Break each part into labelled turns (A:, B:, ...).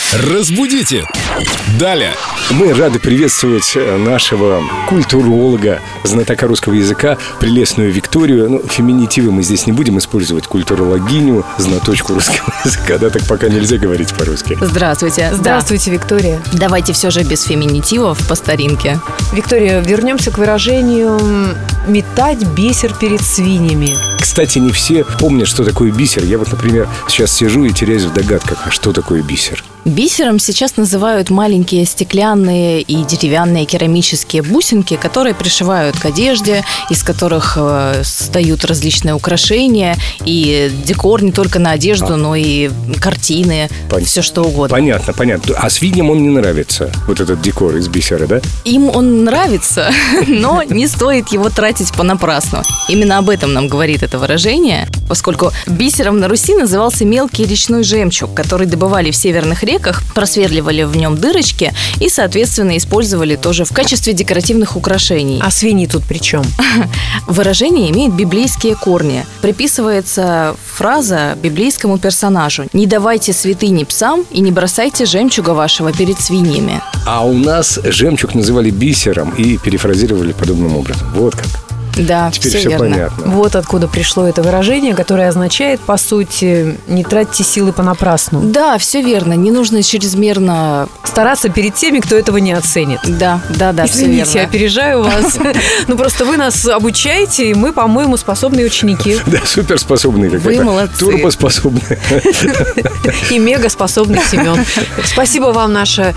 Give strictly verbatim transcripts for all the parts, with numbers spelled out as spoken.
A: Разбудите! Далее!
B: Мы рады приветствовать нашего культуролога, знатока русского языка, прелестную Викторию. Ну, феминитивы мы здесь не будем использовать. Культурологиню, знаточку русского языка. Да, так пока нельзя говорить по-русски.
C: Здравствуйте.
D: Здравствуйте,
C: Да.
D: Виктория.
C: Давайте все же без феминитивов по старинке.
D: Виктория, вернемся к выражению «метать бисер перед свиньями».
B: Кстати, не все помнят, что такое бисер. Я вот, например, сейчас сижу и теряюсь в догадках. А что такое бисер?
C: Бисером сейчас называют маленькие стеклянные и деревянные керамические бусинки, которые пришивают к одежде, из которых э, создают различные украшения и декор не только на одежду,
B: а.
C: но и картины,
B: Пон...
C: все что угодно.
B: Понятно, понятно. А свиньям он не нравится, вот этот декор из бисера, да?
C: Им он нравится, но не стоит его тратить понапрасну. Именно об этом нам говорит это выражение, поскольку бисером на Руси назывался мелкий речной жемчуг, который добывали в северных реках, просверливали в нем дырочки и, соответственно, использовали тоже в качестве декоративных украшений.
D: А свиньи тут при чем?
C: Выражение имеет библейские корни. Приписывается фраза библейскому персонажу: «Не давайте святыни псам и не бросайте жемчуга вашего перед свиньями».
B: А у нас жемчуг называли бисером и перефразировали подобным образом. Вот как.
C: Да,
B: Теперь
C: все,
B: все
C: верно.
B: понятно.
D: Вот откуда пришло это выражение, которое означает, по сути, не тратьте силы понапрасну.
C: Да, все верно. Не нужно чрезмерно
D: Стараться перед теми, кто этого не оценит.
C: Да, да, да, все
D: Извините, я
C: верно.
D: опережаю вас. Ну, просто вы нас обучаете, и мы, по-моему, способные ученики.
B: Да, суперспособные
C: Вы
B: какая-то.
C: молодцы.
B: Турбоспособные.
D: И мегаспособный Семен. Спасибо вам, наша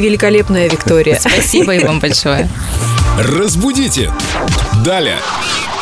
D: архивеликолепная Виктория.
C: Спасибо и вам большое.
A: Разбудите! Далее!